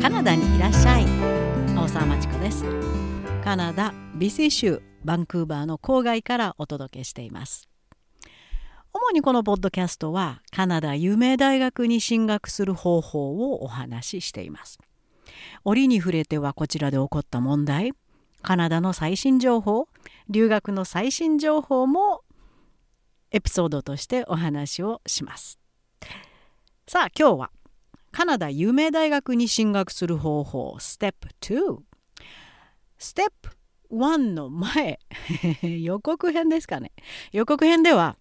カナダにいらっしゃい。大沢まちこです。カナダ BC 州バンクーバーの郊外からお届けしています。主にこのポッドキャストはカナダ有名大学に進学する方法をお話ししています。折に触れてはこちらで起こった問題、カナダの最新情報、留学の最新情報もエピソードとしてお話をします。さあ今日はカナダ有名大学に進学する方法ステップ2。ステップ1の前予告編ですかね。予告編では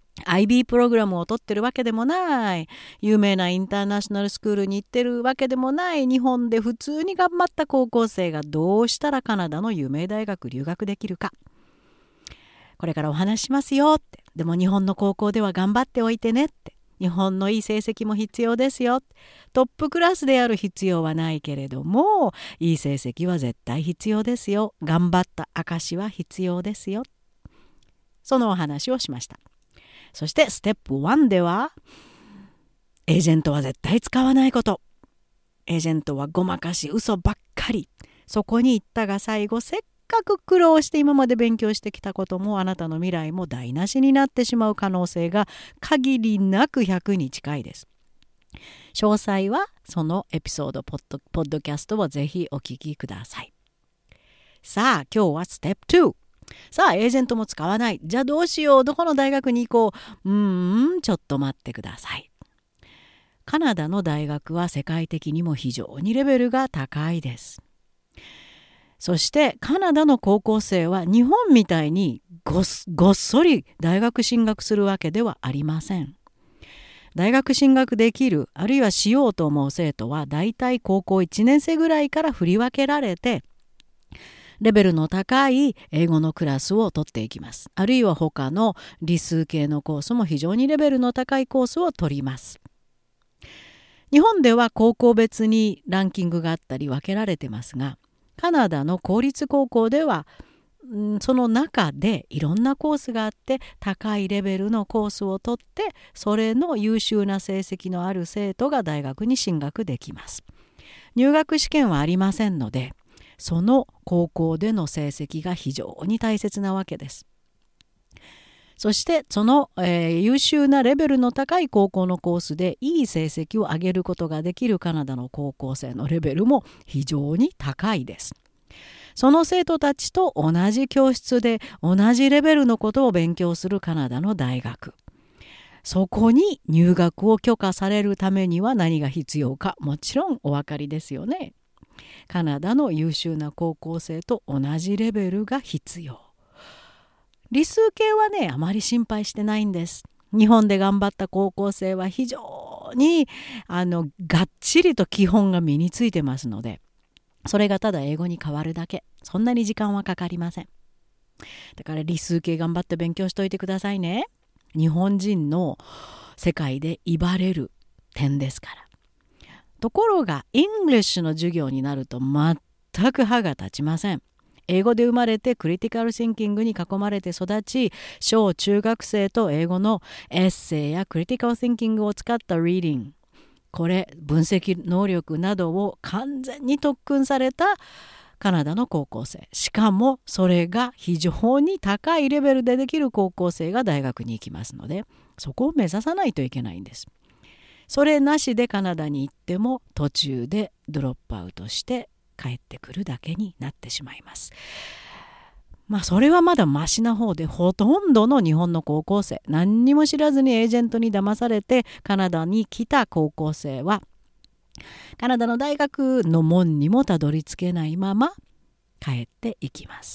IB プログラムを取ってるわけでもない、有名なインターナショナルスクールに行ってるわけでもない、日本で普通に頑張った高校生がどうしたらカナダの有名大学留学できるか、これからお話しますよって。でも日本の高校では頑張っておいてねって。日本のいい成績も必要ですよ。トップクラスである必要はないけれども、いい成績は絶対必要ですよ。頑張った証は必要ですよ。そのお話をしました。そしてステップ1では、エージェントは絶対使わないこと。エージェントはごまかし、嘘ばっかり。そこに行ったが最後、せっかく苦労して今まで勉強してきたこともあなたの未来も台無しになってしまう可能性が限りなく100に近いです。詳細はそのエピソードポッドキャストをぜひお聞きください。さあ今日はステップ2。さあエージェントも使わない。じゃあどうしよう。どこの大学に行こう。ちょっと待ってください。カナダの大学は世界的にも非常にレベルが高いです。そしてカナダの高校生は日本みたいにごっそり大学進学するわけではありません。大学進学できる、あるいはしようと思う生徒はだいたい高校1年生ぐらいから振り分けられて、レベルの高い英語のクラスを取っていきます。あるいは他の理数系のコースも非常にレベルの高いコースを取ります。日本では高校別にランキングがあったり分けられてますが、カナダの公立高校では、その中でいろんなコースがあって高いレベルのコースを取ってそれの優秀な成績のある生徒が大学に進学できます。入学試験はありませんのでその高校での成績が非常に大切なわけです。そしてその、優秀なレベルの高い高校のコースでいい成績を上げることができるカナダの高校生のレベルも非常に高いです。その生徒たちと同じ教室で同じレベルのことを勉強するカナダの大学。そこに入学を許可されるためには何が必要か、もちろんお分かりですよね。カナダの優秀な高校生と同じレベルが必要。理数系はね、あまり心配してないんです。日本で頑張った高校生は非常にがっちりと基本が身についてますので、それがただ英語に変わるだけ。そんなに時間はかかりません。だから理数系頑張って勉強しといてくださいね。日本人の世界で威張れる点ですから。ところが、イングリッシュの授業になると全く歯が立ちません。英語で生まれてクリティカルシンキングに囲まれて育ち、小中学生と英語のエッセイやクリティカルシンキングを使ったリーディング、これ分析能力などを完全に特訓されたカナダの高校生、しかもそれが非常に高いレベルでできる高校生が大学に行きますので、そこを目指さないといけないんです。それなしでカナダに行っても途中でドロップアウトして帰ってくるだけになってしまいます。それはまだマシな方で、ほとんどの日本の高校生、何にも知らずにエージェントに騙されてカナダに来た高校生はカナダの大学の門にもたどり着けないまま帰っていきます。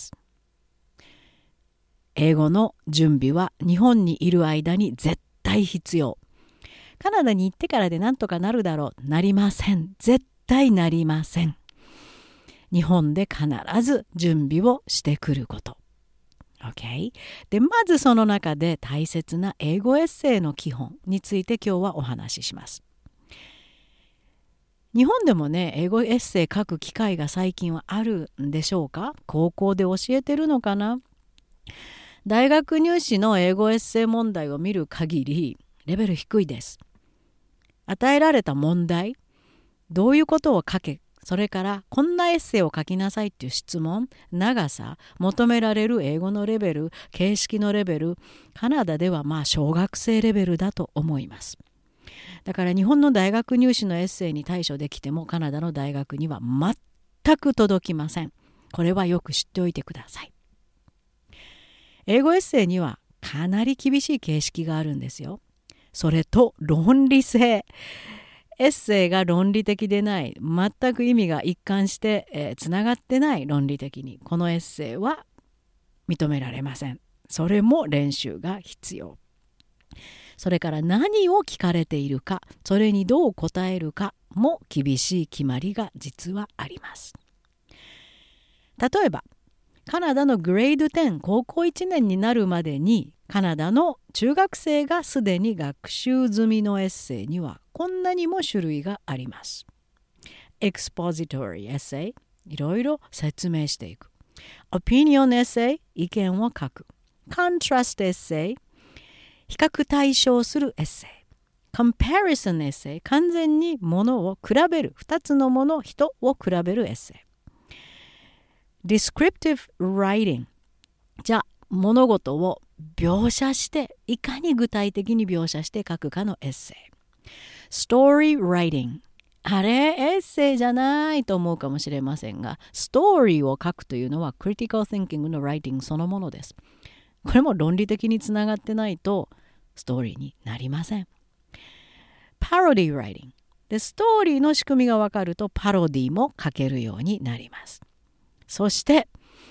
英語の準備は日本にいる間に絶対必要。カナダに行ってからでなんとかなるだろう。なりません。絶対なりません。日本で必ず準備をしてくること。OK？ で、まずその中で大切な英語エッセイの基本について今日はお話しします。日本でもね、英語エッセイ書く機会が最近はあるんでしょうか？高校で教えてるのかな？大学入試の英語エッセイ問題を見る限り、レベル低いです。与えられた問題、どういうことを書けそれからこんなエッセイを書きなさいっていう質問、長さ、求められる英語のレベル、形式のレベル、カナダでは小学生レベルだと思います。だから日本の大学入試のエッセイに対処できてもカナダの大学には全く届きません。これはよく知っておいてください。英語エッセイにはかなり厳しい形式があるんですよ。それと論理性。エッセイが論理的でない、全く意味が一貫してつながってない論理的に、このエッセイは認められません。それも練習が必要。それから何を聞かれているか、それにどう答えるかも厳しい決まりが実はあります。例えばカナダのグレード10高校1年になるまでにカナダの中学生がすでに学習済みのエッセイにはこんなにも種類があります。Expository essay、 いろいろ説明していく。Opinion essay、 意見を書く。Contrast essay、 比較対象するエッセイ。Comparison essay、 完全にものを比べる、2つのもの、人を比べるエッセイ。Descriptive writing、 じゃあ物事を描写して、いかに具体的に描写して書くかのエッセイ。Story writing、 あれエッセイじゃないと思うかもしれませんが、ストーリーを書くというのは critical thinking の writing そのものです。これも論理的につながってないとストーリーになりません。Parody writing で、ストーリーの仕組みが分かるとパロディも書けるようになります。そして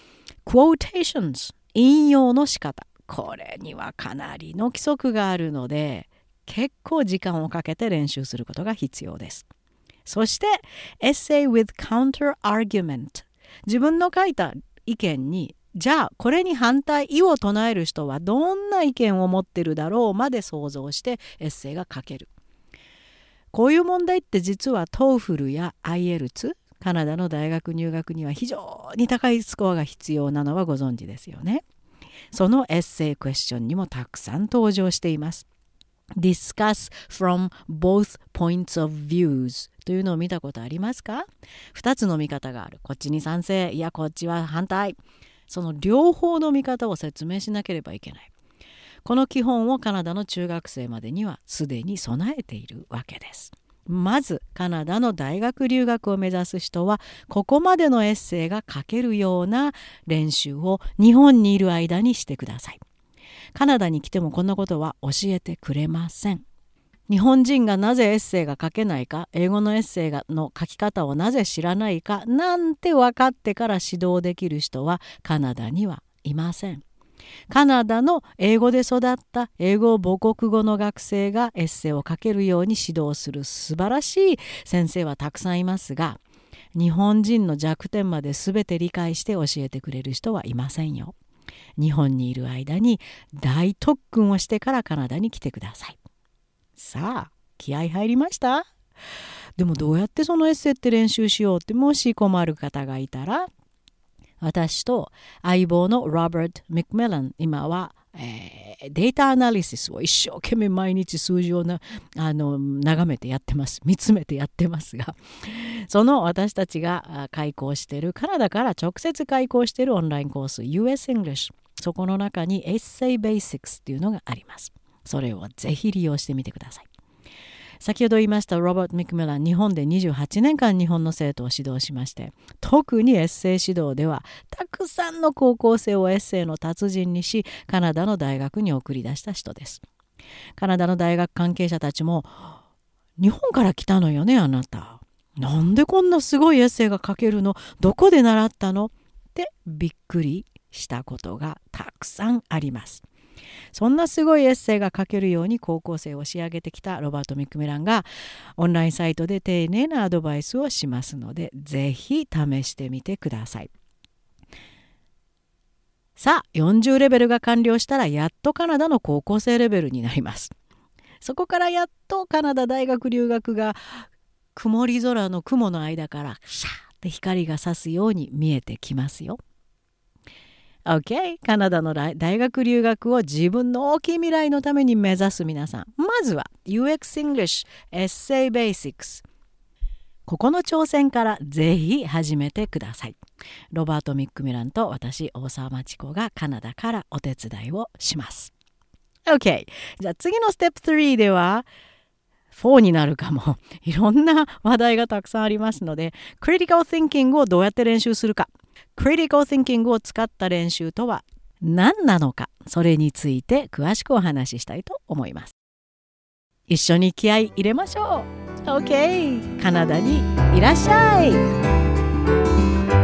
quotations、 引用の仕方、これにはかなりの規則があるので結構時間をかけて練習することが必要です。そして Essay with counter argument、 自分の書いた意見に、じゃあこれに反対、異を唱える人はどんな意見を持ってるだろうまで想像してエッセイが書ける。こういう問題って実は TOEFL や IELTS、カナダの大学入学には非常に高いスコアが必要なのはご存知ですよね。そのエッセイクエスチョンにもたくさん登場しています。Discuss from both points of views というのを見たことありますか？2つの見方がある。こっちに賛成、いやこっちは反対。その両方の見方を説明しなければいけない。この基本をカナダの中学生までにはすでに備えているわけです。まずカナダの大学留学を目指す人はここまでのエッセイが書けるような練習を日本にいる間にしてください。カナダに来てもこんなことは教えてくれません。日本人がなぜエッセイが書けないか、英語のエッセイの書き方をなぜ知らないかなんて分かってから指導できる人はカナダにはいません。カナダの英語で育った英語母国語の学生がエッセイを書けるように指導する素晴らしい先生はたくさんいますが、日本人の弱点まで全て理解して教えてくれる人はいませんよ。日本にいる間に大特訓をしてからカナダに来てください。さあ、気合入りました？でもどうやってそのエッセイって練習しようってもし困る方がいたら、私と相棒のロバート・マクミラン、今は、データアナリシスを一生懸命毎日数字を眺めてやってます。見つめてやってますが、その私たちが開講している、カナダから直接開講しているオンラインコース US English、 そこの中に Essay Basics っていうのがあります。それをぜひ利用してみてください。先ほど言いましたロバート・マクミラン、日本で28年間日本の生徒を指導しまして、特にエッセイ指導ではたくさんの高校生をエッセイの達人にし、カナダの大学に送り出した人です。カナダの大学関係者たちも、日本から来たのよねあなた、なんでこんなすごいエッセイが書けるの、どこで習ったのってびっくりしたことがたくさんあります。そんなすごいエッセイが書けるように高校生を仕上げてきたロバート・マクミランがオンラインサイトで丁寧なアドバイスをしますので、ぜひ試してみてください。さあ、40レベルが完了したらやっとカナダの高校生レベルになります。そこからやっとカナダ大学留学が曇り空の雲の間からシャーって光が差すように見えてきますよ。OK、 カナダの大学留学を自分の大きい未来のために目指す皆さん、まずは UX English Essay Basics、 ここの挑戦からぜひ始めてください。ロバート・ミックミランと私、大沢町子がカナダからお手伝いをします。OK。じゃあ次のステップ3では、4になるかも。いろんな話題がたくさんありますので、Critical Thinking をどうやって練習するか。Critical Thinking を使った練習とは何なのか。それについて詳しくお話ししたいと思います。一緒に気合い入れましょう。OK。カナダにいらっしゃい。